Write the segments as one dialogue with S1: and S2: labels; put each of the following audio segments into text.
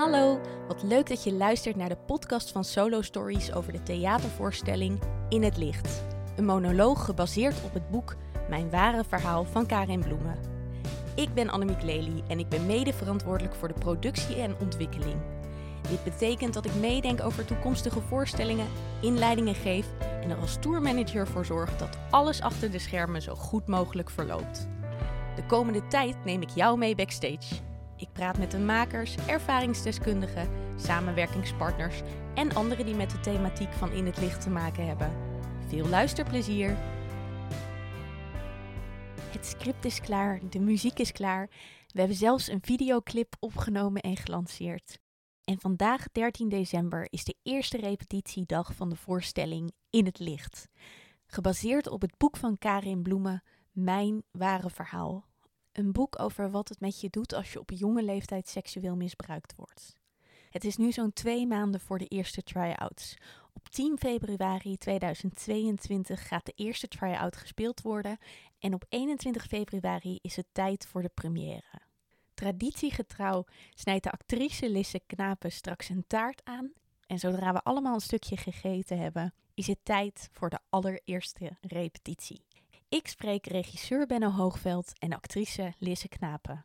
S1: Hallo, wat leuk dat je luistert naar de podcast van Solo Stories over de theatervoorstelling In het Licht. Een monoloog gebaseerd op het boek Mijn ware verhaal van Karin Bloemen. Ik ben Annemiek Lely en ik ben mede verantwoordelijk voor de productie en ontwikkeling. Dit betekent dat ik meedenk over toekomstige voorstellingen, inleidingen geef en er als tourmanager voor zorg dat alles achter de schermen zo goed mogelijk verloopt. De komende tijd neem ik jou mee backstage. Ik praat met de makers, ervaringsdeskundigen, samenwerkingspartners en anderen die met de thematiek van In het Licht te maken hebben. Veel luisterplezier! Het script is klaar, de muziek is klaar. We hebben zelfs een videoclip opgenomen en gelanceerd. En vandaag, 13 december, is de eerste repetitiedag van de voorstelling In het Licht. Gebaseerd op het boek van Karin Bloemen, Mijn ware verhaal. Een boek over wat het met je doet als je op jonge leeftijd seksueel misbruikt wordt. Het is nu zo'n 2 maanden voor de eerste try-outs. Op 10 februari 2022 gaat de eerste try-out gespeeld worden en op 21 februari is het tijd voor de première. Traditiegetrouw snijdt de actrice Lisse Knapen straks een taart aan en zodra we allemaal een stukje gegeten hebben, is het tijd voor de allereerste repetitie. Ik spreek regisseur Benno Hoogveld en actrice Lisse Knapen.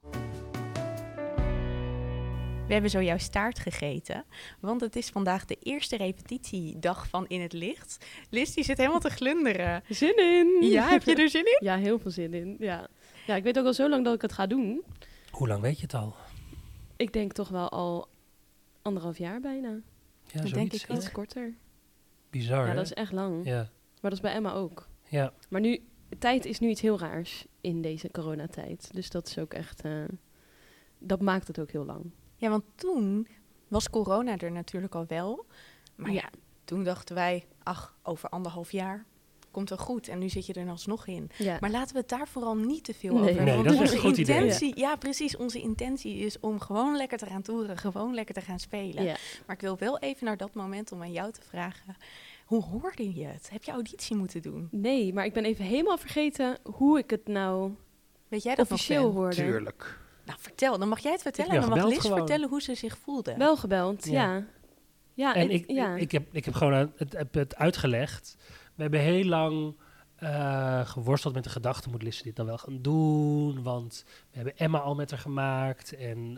S1: We hebben zojuist taart gegeten, want het is vandaag de eerste repetitiedag van In het Licht. Lis, die zit helemaal te glunderen.
S2: Zin in!
S1: Ja, heb je er zin in?
S2: Ja, heel veel zin in. Ja, ik weet ook al zo lang dat ik het ga doen.
S3: Hoe lang weet je het al?
S2: Ik denk toch wel al 1,5 jaar bijna.
S3: Ja,
S1: dat denk ik ook.
S2: Iets korter.
S3: Bizar,
S2: Ja,
S3: hè?
S2: dat is echt lang.
S3: Ja.
S2: Maar dat is bij Emma ook.
S3: Ja.
S2: Maar nu, tijd is nu iets heel raars in deze coronatijd. Dus dat is ook echt... dat maakt het ook heel lang.
S1: Ja, want toen was corona er natuurlijk al wel. Maar ja, toen dachten wij, over 1,5 jaar komt wel goed. En nu zit je er alsnog in.
S2: Ja.
S1: Maar laten we het daar vooral niet te veel over hebben.
S3: Nee,
S1: Want
S3: dat is
S1: onze
S3: een goed idee.
S1: intentie, ja, precies. Onze intentie is om gewoon lekker te gaan toeren. Gewoon lekker te gaan spelen.
S2: Ja.
S1: Maar ik wil wel even naar dat moment om aan jou te vragen. Hoe hoorde je het? Heb je auditie moeten doen?
S2: Nee, maar ik ben even helemaal vergeten hoe ik het nou
S1: Weet jij dat
S2: officieel
S1: nog, Ben?
S2: hoorde.
S3: Tuurlijk.
S1: Nou, vertel. Dan mag jij het vertellen.
S3: Ik
S1: En
S3: heb
S1: dan mag
S3: gebeld
S1: Lis
S3: gewoon.
S1: vertellen hoe ze zich voelde.
S2: Wel gebeld,
S3: Ja.
S2: ja. Ja,
S3: En ik heb gewoon het uitgelegd. We hebben heel lang geworsteld met de gedachte, moet Lisse dit dan wel gaan doen? Want we hebben Emma al met haar gemaakt.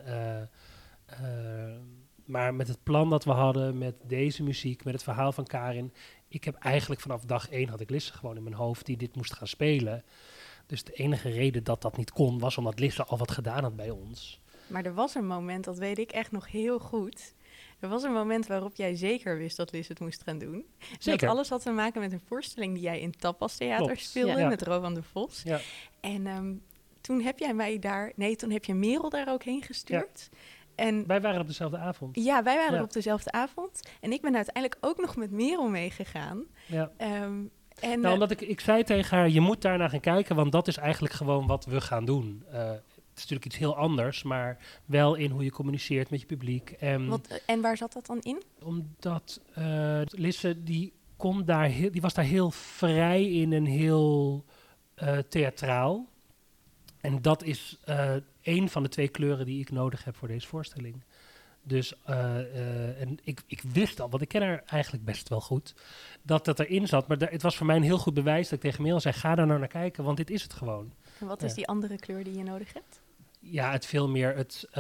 S3: Maar met het plan dat we hadden, met deze muziek, met het verhaal van Karin. Ik heb eigenlijk vanaf dag 1 had ik Lisse gewoon in mijn hoofd die dit moest gaan spelen. Dus de enige reden dat dat niet kon, was omdat Lisse al wat gedaan had bij ons.
S1: Maar er was een moment, dat weet ik echt nog heel goed. Er was een moment waarop jij zeker wist dat Lis het moest gaan doen.
S3: Zeker.
S1: Dat alles had te maken met een voorstelling die jij in Tapas Theater
S3: Klopt.
S1: speelde
S2: Ja.
S1: met Rowan de Vos.
S3: Ja.
S1: En toen heb jij mij daar... Nee, toen heb je Merel daar ook heen gestuurd. En
S3: Wij waren op dezelfde avond.
S1: ja, wij waren
S3: Ja.
S1: er op dezelfde avond. En ik ben uiteindelijk ook nog met Merel meegegaan.
S3: Ja.
S1: En
S3: Nou, omdat ik zei tegen haar, je moet daarna gaan kijken, want dat is eigenlijk gewoon wat we gaan doen. Het is natuurlijk iets heel anders, maar wel in hoe je communiceert met je publiek.
S1: en waar zat dat dan in?
S3: Omdat Lisse, die was daar heel vrij in en heel theatraal. En dat is één van de 2 kleuren die ik nodig heb voor deze voorstelling. Dus en ik wist al, want ik ken haar eigenlijk best wel goed, dat erin zat. Maar het was voor mij een heel goed bewijs dat ik tegen Merel zei, ga daar nou naar kijken, want dit is het gewoon.
S1: En wat is die andere kleur die je nodig hebt?
S3: Ja, het veel meer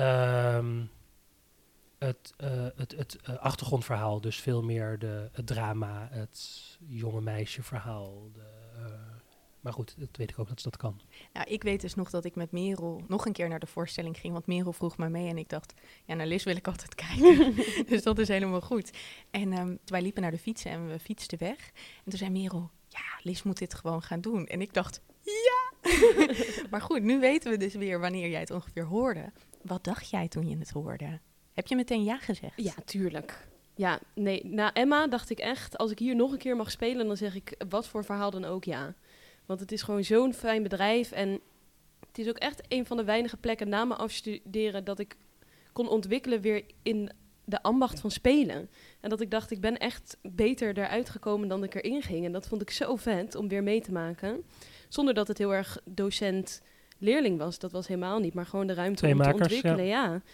S3: het achtergrondverhaal. Dus veel meer het drama, het jonge meisje verhaal. Maar goed, dat weet ik ook dat ze dat kan.
S1: Nou, ik weet dus nog dat ik met Merel nog een keer naar de voorstelling ging. Want Merel vroeg me mee en ik dacht, ja, naar Lis wil ik altijd kijken. Dus dat is helemaal goed. En wij liepen naar de fietsen en we fietsten weg. En toen zei Merel, ja, Lis moet dit gewoon gaan doen. En ik dacht, ja! Maar goed, nu weten we dus weer wanneer jij het ongeveer hoorde. Wat dacht jij toen je het hoorde? Heb je meteen ja gezegd?
S2: Ja, tuurlijk. Ja, nee, na Emma dacht ik echt, als ik hier nog een keer mag spelen, dan zeg ik wat voor verhaal dan ook ja. Want het is gewoon zo'n fijn bedrijf en het is ook echt een van de weinige plekken na mijn afstuderen dat ik kon ontwikkelen weer in de ambacht van spelen. En dat ik dacht, ik ben echt beter eruit gekomen dan ik erin ging. En dat vond ik zo vet om weer mee te maken. Zonder dat het heel erg docent-leerling was. Dat was helemaal niet, maar gewoon de ruimte
S3: 2
S2: om te
S3: makers,
S2: ontwikkelen, ja.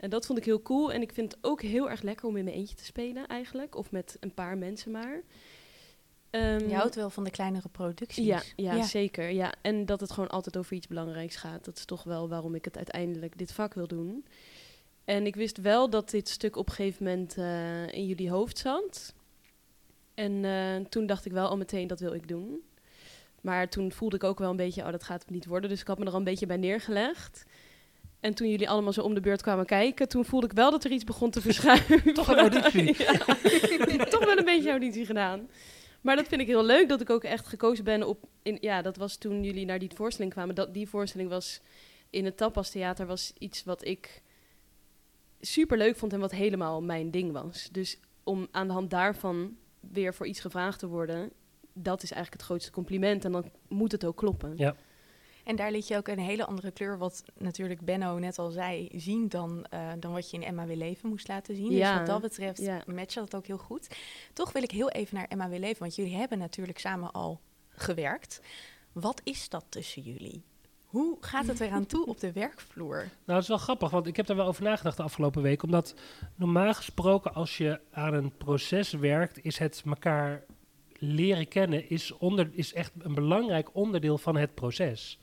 S2: En dat vond ik heel cool. En ik vind het ook heel erg lekker om in mijn eentje te spelen eigenlijk. Of met een paar mensen maar.
S1: Je houdt wel van de kleinere producties.
S2: Ja, zeker. Ja. En dat het gewoon altijd over iets belangrijks gaat. Dat is toch wel waarom ik het uiteindelijk dit vak wil doen. En ik wist wel dat dit stuk op een gegeven moment in jullie hoofd zat. En toen dacht ik wel al meteen, dat wil ik doen. Maar toen voelde ik ook wel een beetje, dat gaat het niet worden. Dus ik had me er al een beetje bij neergelegd. En toen jullie allemaal zo om de beurt kwamen kijken, toen voelde ik wel dat er iets begon te verschuiven.
S3: Toch een auditie.
S2: Toch wel een beetje auditie gedaan. Maar dat vind ik heel leuk, dat ik ook echt gekozen ben op... dat was toen jullie naar die voorstelling kwamen. Die voorstelling was in het Tapas Theater, was iets wat ik super leuk vond en wat helemaal mijn ding was. Dus om aan de hand daarvan weer voor iets gevraagd te worden, dat is eigenlijk het grootste compliment. En dan moet het ook kloppen.
S3: Ja.
S1: En daar liet je ook een hele andere kleur, wat natuurlijk Benno net al zei, zien dan wat je in Emma Wil Leven moest laten zien.
S2: Ja.
S1: Dus wat dat betreft matcht dat ook heel goed. Toch wil ik heel even naar Emma Wil Leven, want jullie hebben natuurlijk samen al gewerkt. Wat is dat tussen jullie? Hoe gaat het eraan toe op de werkvloer?
S3: Nou, dat is wel grappig, want ik heb daar wel over nagedacht de afgelopen week. Omdat normaal gesproken, als je aan een proces werkt, is het elkaar leren kennen is echt een belangrijk onderdeel van het proces.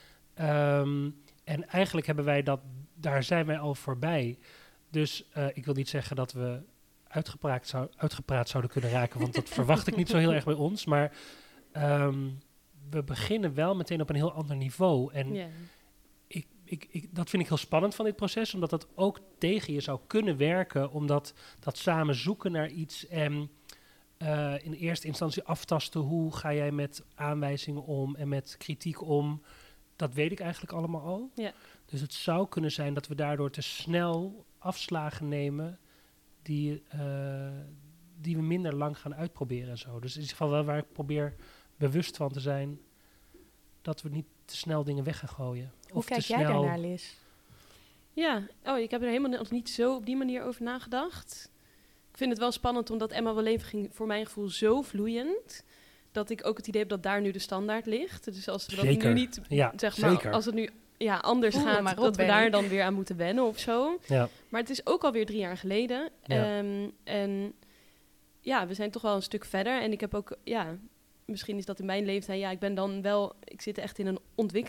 S3: En eigenlijk hebben wij daar zijn wij al voorbij. Dus ik wil niet zeggen dat we uitgepraat zouden kunnen raken, want dat verwacht ik niet zo heel erg bij ons. Maar we beginnen wel meteen op een heel ander niveau. En dat vind ik heel spannend van dit proces, omdat dat ook tegen je zou kunnen werken, omdat dat samen zoeken naar iets en in eerste instantie aftasten, hoe ga jij met aanwijzingen om en met kritiek om, dat weet ik eigenlijk allemaal al.
S2: Ja.
S3: Dus het zou kunnen zijn dat we daardoor te snel afslagen nemen die we minder lang gaan uitproberen en zo. Dus in ieder geval wel waar ik probeer bewust van te zijn, dat we niet te snel dingen weg gaan gooien.
S1: Hoe kijk jij daarnaar, Liz?
S2: Ja, ik heb er helemaal niet zo op die manier over nagedacht. Ik vind het wel spannend, omdat Emma Wil Leven ging voor mijn gevoel zo vloeiend, dat ik ook het idee heb dat daar nu de standaard ligt. Dus als we dat nu niet, zeg maar,
S3: zeker.
S2: Als het nu anders gaat, dat we daar dan weer aan moeten wennen of zo.
S3: Ja.
S2: Maar het is ook alweer 3 jaar geleden.
S3: Ja.
S2: En we zijn toch wel een stuk verder. En ik heb ook, misschien is dat in mijn leeftijd, ik ben dan wel, ik zit echt in een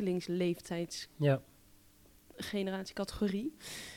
S2: ontwikkelingsleeftijdsgeneratiecategorie.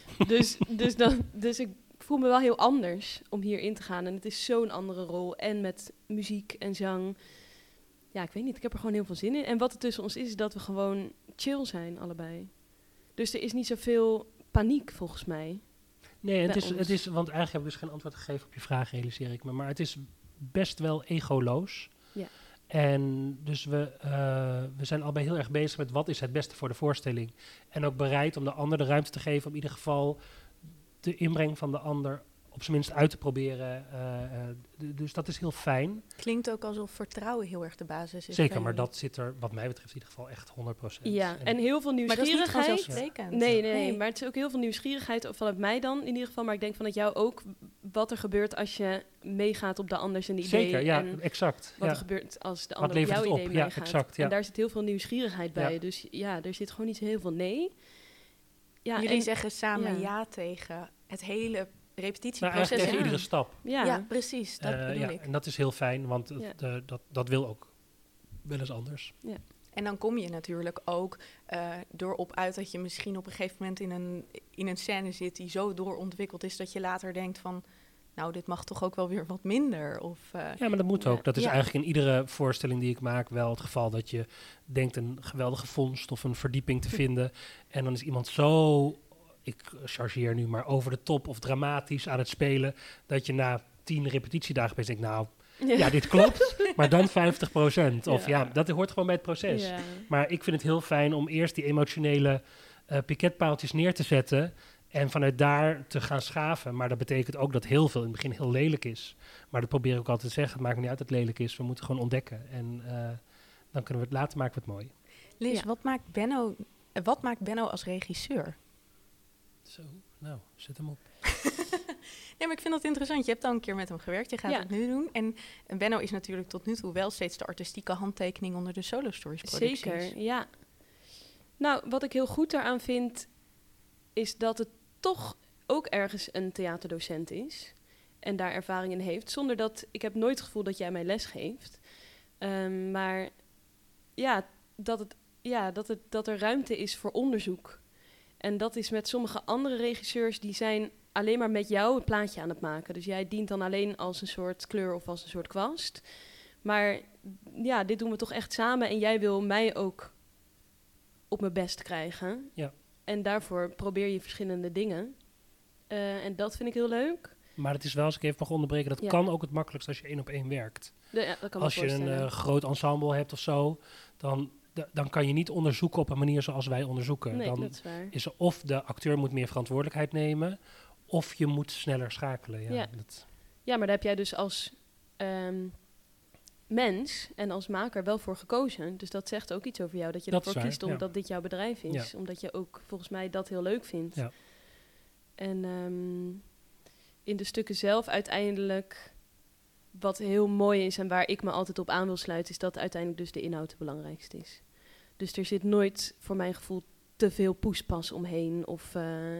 S2: Dus ik voel me wel heel anders om hier in te gaan. En het is zo'n andere rol. En met muziek en zang. Ja, ik weet niet. Ik heb er gewoon heel veel zin in. En wat er tussen ons is dat we gewoon chill zijn, allebei. Dus er is niet zoveel paniek, volgens mij.
S3: Nee, het is, want eigenlijk heb ik dus geen antwoord gegeven op je vraag, realiseer ik me. Maar het is best wel egoloos.
S2: Ja.
S3: En dus we zijn allebei heel erg bezig met wat is het beste voor de voorstelling. En ook bereid om de ander de ruimte te geven om in ieder geval de inbreng van de ander op zijn minst uit te proberen. Dus dat is heel fijn.
S1: Klinkt ook alsof vertrouwen heel erg de basis is.
S3: Zeker, maar dat zit er wat mij betreft in ieder geval echt 100%.
S2: Ja, en heel veel nieuwsgierigheid.
S1: Maar dat is niet vanzelfsprekend.
S2: Nee, maar het is ook heel veel nieuwsgierigheid vanuit mij dan in ieder geval. Maar ik denk vanuit jou ook wat er gebeurt als je meegaat op de ander zijn idee.
S3: Zeker, ja,
S2: en
S3: exact.
S2: wat er gebeurt als de ander op jouw idee meegaat.
S3: Ja, exact, ja.
S2: En daar zit heel veel nieuwsgierigheid bij. Dus er zit gewoon niet zo heel veel nee.
S1: Ja, jullie zeggen samen ja tegen het hele repetitieproces.
S3: Eigenlijk tegen iedere stap.
S1: Ja, precies. Dat bedoel ik.
S3: En dat is heel fijn, want dat wil ook wel eens anders.
S2: Ja.
S1: En dan kom je natuurlijk ook door op uit dat je misschien op een gegeven moment in een scène zit die zo doorontwikkeld is dat je later denkt van, nou, dit mag toch ook wel weer wat minder.
S3: Ja, maar dat moet ook. Dat is eigenlijk in iedere voorstelling die ik maak wel het geval, dat je denkt een geweldige vondst of een verdieping te vinden. En dan is iemand zo, ik chargeer nu maar, over de top of dramatisch aan het spelen, dat je na 10 repetitiedagen bent denkt, nou, ja, dit klopt, maar dan 50%. Of dat hoort gewoon bij het proces.
S2: Ja.
S3: Maar ik vind het heel fijn om eerst die emotionele piketpaaltjes neer te zetten en vanuit daar te gaan schaven. Maar dat betekent ook dat heel veel in het begin heel lelijk is. Maar dat probeer ik ook altijd te zeggen. Het maakt me niet uit dat het lelijk is. We moeten gewoon ontdekken. En dan kunnen we het later maken we het mooi.
S1: Liz, wat maakt Benno als regisseur?
S3: Zo, nou, zet hem op.
S1: Nee, maar ik vind dat interessant. Je hebt al een keer met hem gewerkt. Je gaat het nu doen. En Benno is natuurlijk tot nu toe wel steeds de artistieke handtekening onder de Solo Stories producties.
S2: Zeker, ja. Nou, wat ik heel goed daaraan vind, is dat het toch ook ergens een theaterdocent is en daar ervaring in heeft, zonder dat ik heb nooit het gevoel dat jij mij les geeft. Maar ja, dat er ruimte is voor onderzoek. En dat is met sommige andere regisseurs, die zijn alleen maar met jou het plaatje aan het maken. Dus jij dient dan alleen als een soort kleur of als een soort kwast. Maar ja, dit doen we toch echt samen en jij wil mij ook op mijn best krijgen.
S3: Ja.
S2: En daarvoor probeer je verschillende dingen. En dat vind ik heel leuk.
S3: Maar het is wel, als ik even mag onderbreken, dat kan ook het makkelijkst als je 1-op-1 werkt.
S2: Ja, dat kan
S3: als je een groot ensemble hebt of zo, dan kan je niet onderzoeken op een manier zoals wij onderzoeken.
S2: Nee,
S3: dan
S2: dat is waar.
S3: is er of de acteur moet meer verantwoordelijkheid nemen, of je moet sneller schakelen.
S2: Ja, maar daar heb jij dus als mens en als maker wel voor gekozen. Dus dat zegt ook iets over jou, dat je ervoor kiest omdat dit jouw bedrijf is. Ja. Omdat je ook volgens mij dat heel leuk vindt.
S3: Ja.
S2: En in de stukken zelf uiteindelijk, wat heel mooi is en waar ik me altijd op aan wil sluiten, is dat uiteindelijk dus de inhoud het belangrijkste is. Dus er zit nooit voor mijn gevoel te veel poespas omheen of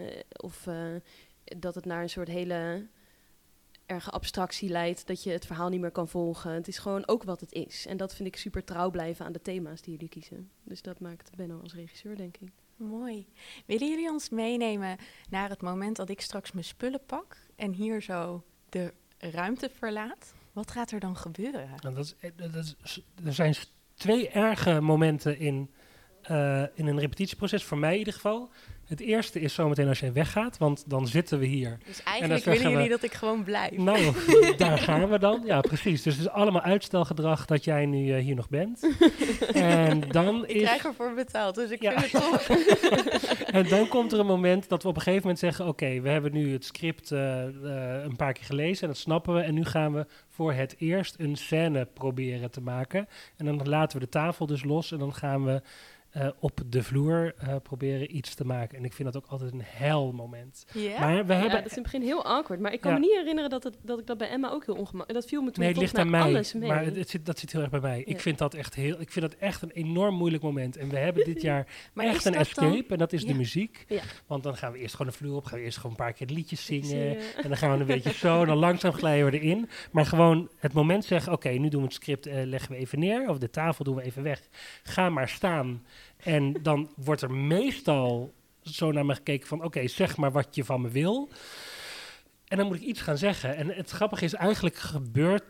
S2: dat het naar een soort hele erge abstractie leidt, dat je het verhaal niet meer kan volgen. Het is gewoon ook wat het is. En dat vind ik super trouw blijven aan de thema's die jullie kiezen. Dus dat maakt Benno als regisseur, denk ik.
S1: Mooi. Willen jullie ons meenemen naar het moment dat ik straks mijn spullen pak en hier zo de ruimte verlaat? Wat gaat er dan gebeuren?
S3: Nou, er zijn 2 erge momenten in een repetitieproces, voor mij in ieder geval. Het eerste is zometeen als jij weggaat, want dan zitten we hier.
S1: Dus eigenlijk willen jullie dat ik gewoon blijf.
S3: Nou, daar gaan we dan. Ja, precies. Dus het is allemaal uitstelgedrag dat jij nu hier nog bent. En dan
S1: ik krijg ervoor betaald, dus ik vind het toch.
S3: En dan komt er een moment dat we op een gegeven moment zeggen, oké, we hebben nu het script een paar keer gelezen en dat snappen we. En nu gaan we voor het eerst een scène proberen te maken. En dan laten we de tafel dus los en dan gaan we op de vloer proberen iets te maken. En ik vind dat ook altijd een hel moment.
S2: Yeah?
S3: Maar we hebben...
S2: dat is in het begin heel awkward. Maar ik kan me niet herinneren dat ik dat bij Emma ook heel ongemakkelijk... Dat viel me toen
S3: het ligt aan mij,
S2: alles mee.
S3: Maar dat zit heel erg bij mij. Ja. Ik vind dat echt een enorm moeilijk moment. En we hebben dit jaar echt een escape. Dan? En dat is de muziek. Ja. Want dan gaan we eerst gewoon de vloer op. Gaan we eerst gewoon een paar keer liedjes zingen. En dan gaan we een beetje zo. Dan langzaam glijden we erin. Maar gewoon het moment zeggen... Oké, nu doen we het script, leggen we even neer. Of de tafel doen we even weg. Ga maar staan. En dan wordt er meestal zo naar me gekeken van... Oké, zeg maar wat je van me wil. En dan moet ik iets gaan zeggen. En het grappige is eigenlijk gebeurd...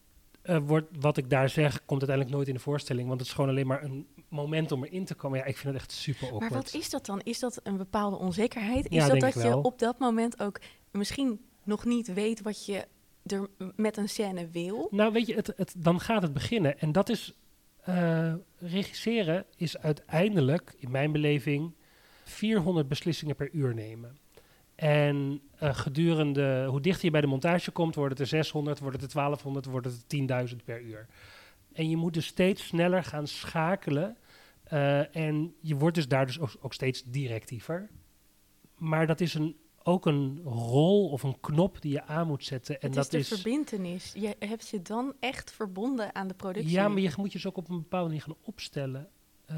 S3: wat ik daar zeg, komt uiteindelijk nooit in de voorstelling. Want het is gewoon alleen maar een moment om erin te komen. Ja, ik vind het echt super awkward.
S1: Maar wat is dat dan? Is dat een bepaalde onzekerheid? Is dat je op dat moment ook misschien nog niet weet wat je er met een scène wil?
S3: Nou, weet je, dan gaat het beginnen. En dat is... regisseren is uiteindelijk, in mijn beleving, 400 beslissingen per uur nemen. En gedurende, hoe dichter je bij de montage komt, wordt het er 600, wordt het er 1200, wordt het er 10.000 per uur. En je moet dus steeds sneller gaan schakelen. En je wordt dus daar dus ook steeds directiever. Maar dat is ook een rol of een knop die je aan moet zetten. En
S1: dat is de verbintenis. Je hebt je dan echt verbonden aan de productie.
S3: Ja, maar je moet je dus ook op een bepaalde manier gaan opstellen.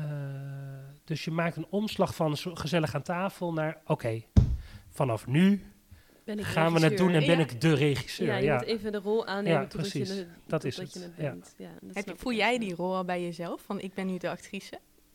S3: Dus je maakt een omslag van gezellig aan tafel naar... Oké, vanaf nu gaan we het doen en ben ik de regisseur.
S2: Ja, je moet even de rol aannemen
S3: totdat je het
S2: bent. Ja,
S1: voel jij die rol al bij jezelf? Van ik ben nu de actrice?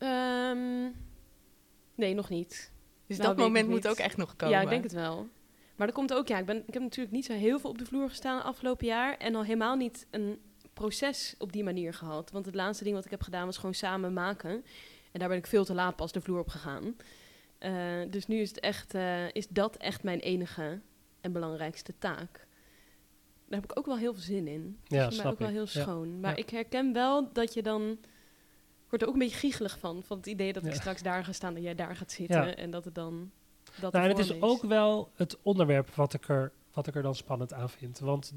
S2: Nee, nog niet.
S1: Dus dat moment moet ook echt nog komen.
S2: Ja, ik denk het wel. Maar dat komt ook, ik heb natuurlijk niet zo heel veel op de vloer gestaan afgelopen jaar. En al helemaal niet een proces op die manier gehad. Want het laatste ding wat ik heb gedaan was gewoon samen maken. En daar ben ik veel te laat pas de vloer op gegaan. Dus nu is dat echt mijn enige en belangrijkste taak. Daar heb ik ook wel heel veel zin in.
S3: Ja,
S2: dat is voor mij ook wel heel schoon. Maar ik herken wel dat je dan... Ik word er ook een beetje giechelig van het idee dat ik straks daar ga staan en jij daar gaat zitten. Ja. En dat het dan...
S3: en het is ook wel het onderwerp wat ik er dan spannend aan vind. Want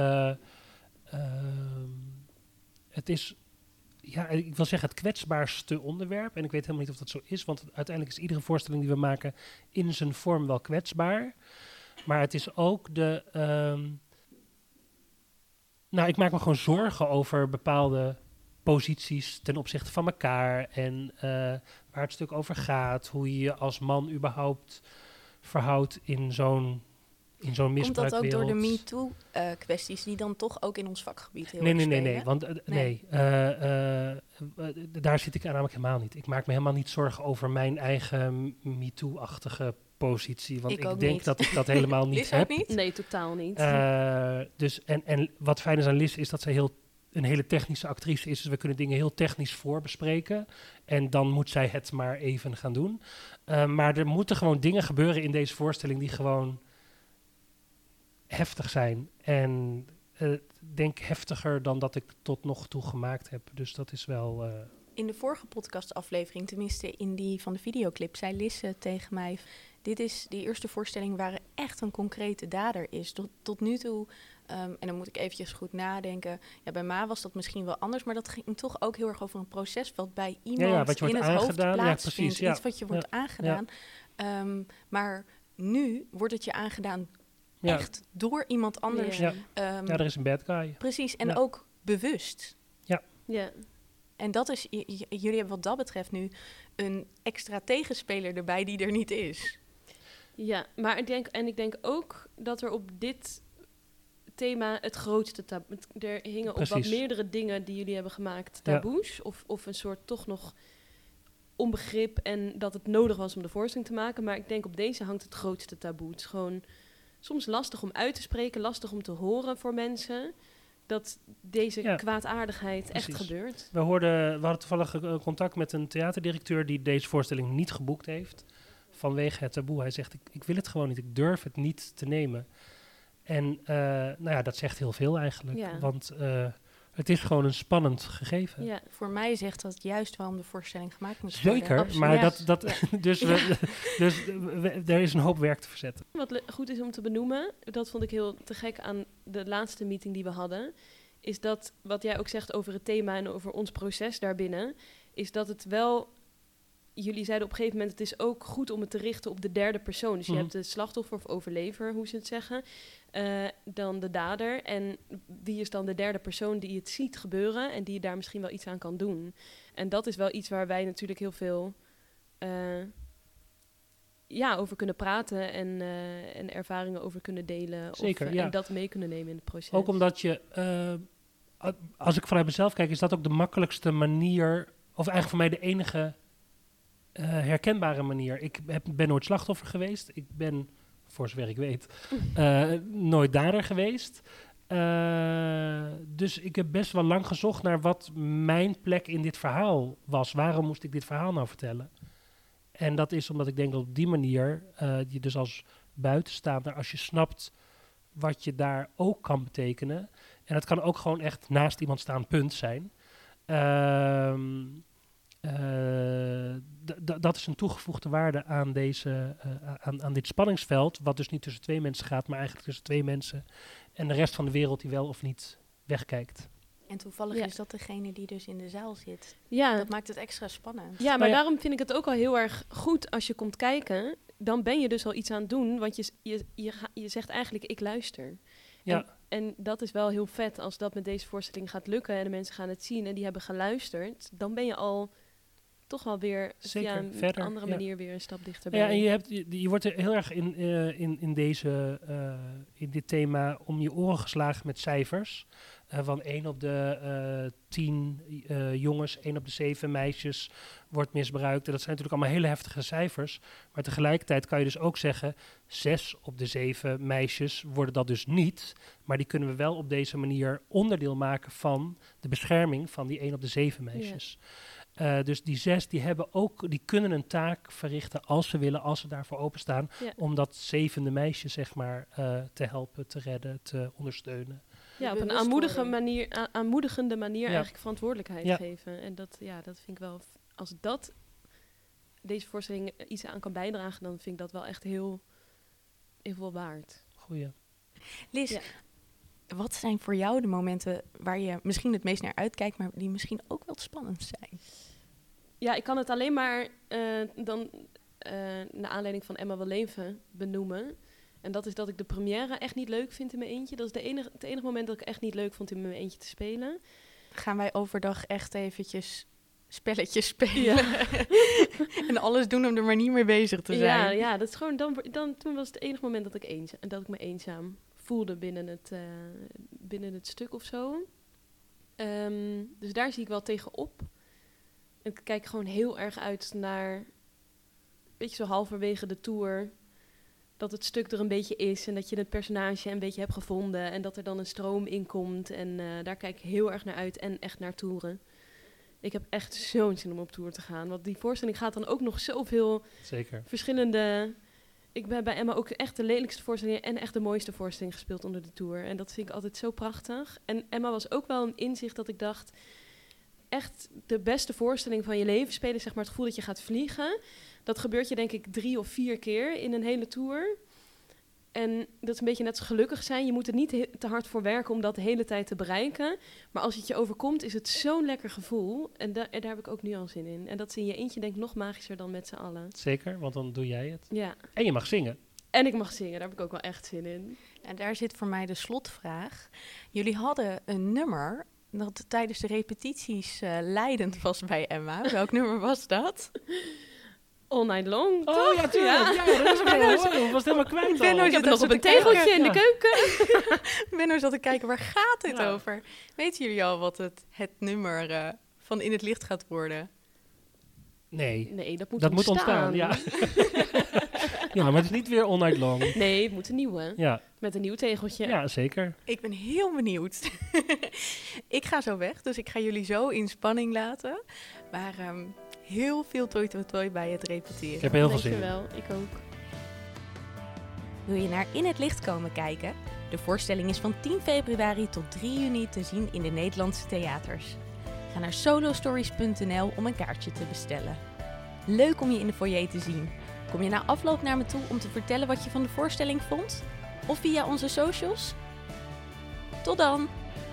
S3: het is... Ja, ik wil zeggen het kwetsbaarste onderwerp. En ik weet helemaal niet of dat zo is. Want uiteindelijk is iedere voorstelling die we maken in zijn vorm wel kwetsbaar. Maar het is ook ik maak me gewoon zorgen over bepaalde posities ten opzichte van elkaar. En waar het stuk over gaat. Hoe je als man überhaupt verhoudt in zo'n misbruikwereld.
S1: Komt dat ook door de MeToo-kwesties die dan toch ook in ons vakgebied heel erg
S3: Nee.
S1: spelen?
S3: Want daar zit ik namelijk helemaal niet. Ik maak me helemaal niet zorgen over mijn eigen MeToo-achtige positie. Want
S1: Ik ook
S3: ik denk
S1: niet.
S3: dat ik dat helemaal niet
S1: Liz ook
S3: heb.
S1: niet?
S2: Nee, totaal niet.
S3: Dus en wat fijn is aan Liz is dat zij een hele technische actrice is. Dus we kunnen dingen heel technisch voorbespreken. En dan moet zij het maar even gaan doen. Maar er moeten gewoon dingen gebeuren in deze voorstelling die gewoon heftig zijn. En denk heftiger dan dat ik tot nog toe gemaakt heb. Dus dat is wel...
S1: In de vorige podcastaflevering, tenminste in die van de videoclip, zei Lisse tegen mij: dit is die eerste voorstelling waar er echt een concrete dader is. Tot nu toe, en dan moet ik eventjes goed nadenken. Ja, bij Ma was dat misschien wel anders, maar dat ging toch ook heel erg over een proces wat bij iemand
S3: wat je
S1: in
S3: wordt
S1: het hoofd
S3: aangedaan.
S1: plaatsvindt.
S3: Ja, precies, ja.
S1: Iets wat je wordt aangedaan. Maar nu wordt het je aangedaan echt door iemand anders.
S2: Ja.
S3: Er is een bad guy.
S1: Precies, en ook bewust.
S2: Ja.
S1: En dat is, jullie hebben wat dat betreft nu een extra tegenspeler erbij die er niet is.
S2: Ja, maar ik denk ook dat er op dit thema het grootste taboe... Er hingen op wat meerdere dingen die jullie hebben gemaakt taboes. Ja. Of een soort toch nog onbegrip en dat het nodig was om de voorstelling te maken. Maar ik denk op deze hangt het grootste taboe. Het is gewoon soms lastig om uit te spreken, lastig om te horen voor mensen dat deze kwaadaardigheid echt gebeurt.
S3: We hadden toevallig contact met een theaterdirecteur die deze voorstelling niet geboekt heeft vanwege het taboe. Hij zegt, ik wil het gewoon niet, ik durf het niet te nemen. En dat zegt heel veel eigenlijk, want het is gewoon een spannend gegeven.
S1: Ja, voor mij zegt dat juist waarom de voorstelling gemaakt moet
S3: worden. Zeker, maar dus er is een hoop werk te verzetten.
S2: Wat goed is om te benoemen, dat vond ik heel te gek aan de laatste meeting die we hadden, is dat wat jij ook zegt over het thema en over ons proces daarbinnen, is dat het wel... Jullie zeiden op een gegeven moment, het is ook goed om het te richten op de derde persoon. Dus je hebt de slachtoffer of overlever, hoe ze het zeggen, dan de dader. En wie is dan de derde persoon die het ziet gebeuren en die daar misschien wel iets aan kan doen. En dat is wel iets waar wij natuurlijk heel veel over kunnen praten en ervaringen over kunnen delen.
S3: Zeker,
S2: en dat mee kunnen nemen in het proces.
S3: Ook omdat je, als ik vanuit mezelf kijk, is dat ook de makkelijkste manier, of eigenlijk voor mij de enige herkenbare manier. Ik ben nooit slachtoffer geweest. Ik ben, voor zover ik weet, nooit dader geweest. Dus ik heb best wel lang gezocht naar wat mijn plek in dit verhaal was. Waarom moest ik dit verhaal nou vertellen? En dat is omdat ik denk dat op die manier, je dus als buitenstaander, als je snapt wat je daar ook kan betekenen. En het kan ook gewoon echt naast iemand staan, punt zijn. Dat is een toegevoegde waarde aan aan dit spanningsveld, wat dus niet tussen twee mensen gaat, maar eigenlijk tussen twee mensen en de rest van de wereld die wel of niet wegkijkt.
S1: En toevallig is dat degene die dus in de zaal zit.
S2: Ja.
S1: Dat maakt het extra spannend.
S2: Ja, maar daarom vind ik het ook al heel erg goed als je komt kijken. Dan ben je dus al iets aan het doen, want je zegt eigenlijk, ik luister.
S3: Ja.
S2: En dat is wel heel vet als dat met deze voorstelling gaat lukken en de mensen gaan het zien en die hebben geluisterd. Dan ben je al toch wel weer op een andere manier weer een stap dichterbij.
S3: Ja, en je wordt er heel erg in dit thema om je oren geslagen met cijfers. Van 1 op de 10 jongens, 1 op de 7 meisjes wordt misbruikt. En dat zijn natuurlijk allemaal hele heftige cijfers. Maar tegelijkertijd kan je dus ook zeggen, 6 op de 7 meisjes worden dat dus niet. Maar die kunnen we wel op deze manier onderdeel maken van de bescherming van die 1 op de 7 meisjes. Ja. Dus die 6, die kunnen een taak verrichten als ze willen, als ze daarvoor openstaan. Ja. Om dat 7e meisje, zeg maar, te helpen, te redden, te ondersteunen.
S2: Ja, op een aanmoedigende manier eigenlijk verantwoordelijkheid geven. En dat vind ik wel, als deze voorstelling iets aan kan bijdragen, dan vind ik dat wel echt heel veel waard.
S3: Goeie.
S1: Liz, wat zijn voor jou de momenten waar je misschien het meest naar uitkijkt, maar die misschien ook wel spannend zijn?
S2: Ja, ik kan het alleen maar naar aanleiding van Emma wil leven benoemen. En dat is dat ik de première echt niet leuk vind in mijn eentje. Dat is het enige moment dat ik echt niet leuk vond in mijn eentje te spelen.
S1: Gaan wij overdag echt eventjes spelletjes spelen. En alles doen om er maar niet mee bezig te zijn.
S2: Ja, dat is gewoon toen was het enige moment dat ik me eenzaam voelde binnen het stuk of zo. Dus daar zie ik wel tegenop. En ik kijk gewoon heel erg uit naar, weet je, zo halverwege de tour, dat het stuk er een beetje is en dat je het personage een beetje hebt gevonden en dat er dan een stroom in komt. En daar kijk ik heel erg naar uit en echt naar toeren. Ik heb echt zo'n zin om op tour te gaan. Want die voorstelling gaat dan ook nog zoveel verschillende... Ik ben bij Emma ook echt de lelijkste voorstelling en echt de mooiste voorstelling gespeeld onder de tour. En dat vind ik altijd zo prachtig. En Emma was ook wel een inzicht dat ik dacht, echt de beste voorstelling van je leven spelen, zeg maar het gevoel dat je gaat vliegen. Dat gebeurt je denk ik 3 of 4 keer in een hele tour. En dat is een beetje net als gelukkig zijn. Je moet er niet te hard voor werken om dat de hele tijd te bereiken. Maar als het je overkomt, is het zo'n lekker gevoel. En daar heb ik ook nu al zin in. En dat is in je eentje denk ik nog magischer dan met z'n allen.
S3: Zeker, want dan doe jij het.
S2: Ja.
S3: En je mag zingen.
S2: En ik mag zingen, daar heb ik ook wel echt zin in.
S1: En daar zit voor mij de slotvraag. Jullie hadden een nummer dat tijdens de repetities leidend was bij Emma. Welk nummer was dat?
S2: All Night Long,
S3: Oh
S2: toch?
S3: ja, tuurlijk. Ja, dat was ik was helemaal kwijt al.
S1: Benno
S2: Ik heb het nog op een tegeltje in de keuken.
S1: Benno zat te kijken, waar gaat dit
S3: Ja.
S1: over? Weten jullie al wat het nummer van In het Licht gaat worden?
S3: Nee,
S2: Nee, dat moet
S3: dat moet ontstaan. Ja. Ja, maar het is niet weer All Night Long.
S2: Nee, het moet een nieuwe.
S3: Ja,
S2: Met een nieuw tegeltje.
S3: ja zeker.
S1: Ik ben heel benieuwd. Ik ga zo weg, dus ik ga jullie zo in spanning laten. Maar heel veel toi bij het repeteren.
S3: Ik heb heel veel zin in.
S2: Dankjewel, ik ook.
S1: Wil je naar In het Licht komen kijken? De voorstelling is van 10 februari tot 3 juni te zien in de Nederlandse theaters. Ga naar solostories.nl om een kaartje te bestellen. Leuk om je in de foyer te zien. Kom je na afloop naar me toe om te vertellen wat je van de voorstelling vond? Of via onze socials? Tot dan!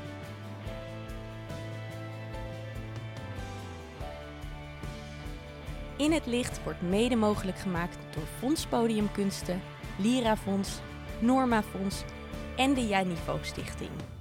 S1: In het Licht wordt mede mogelijk gemaakt door Fonds Podiumkunsten, Lira Fonds, Norma Fonds en de Ja Niveau Stichting.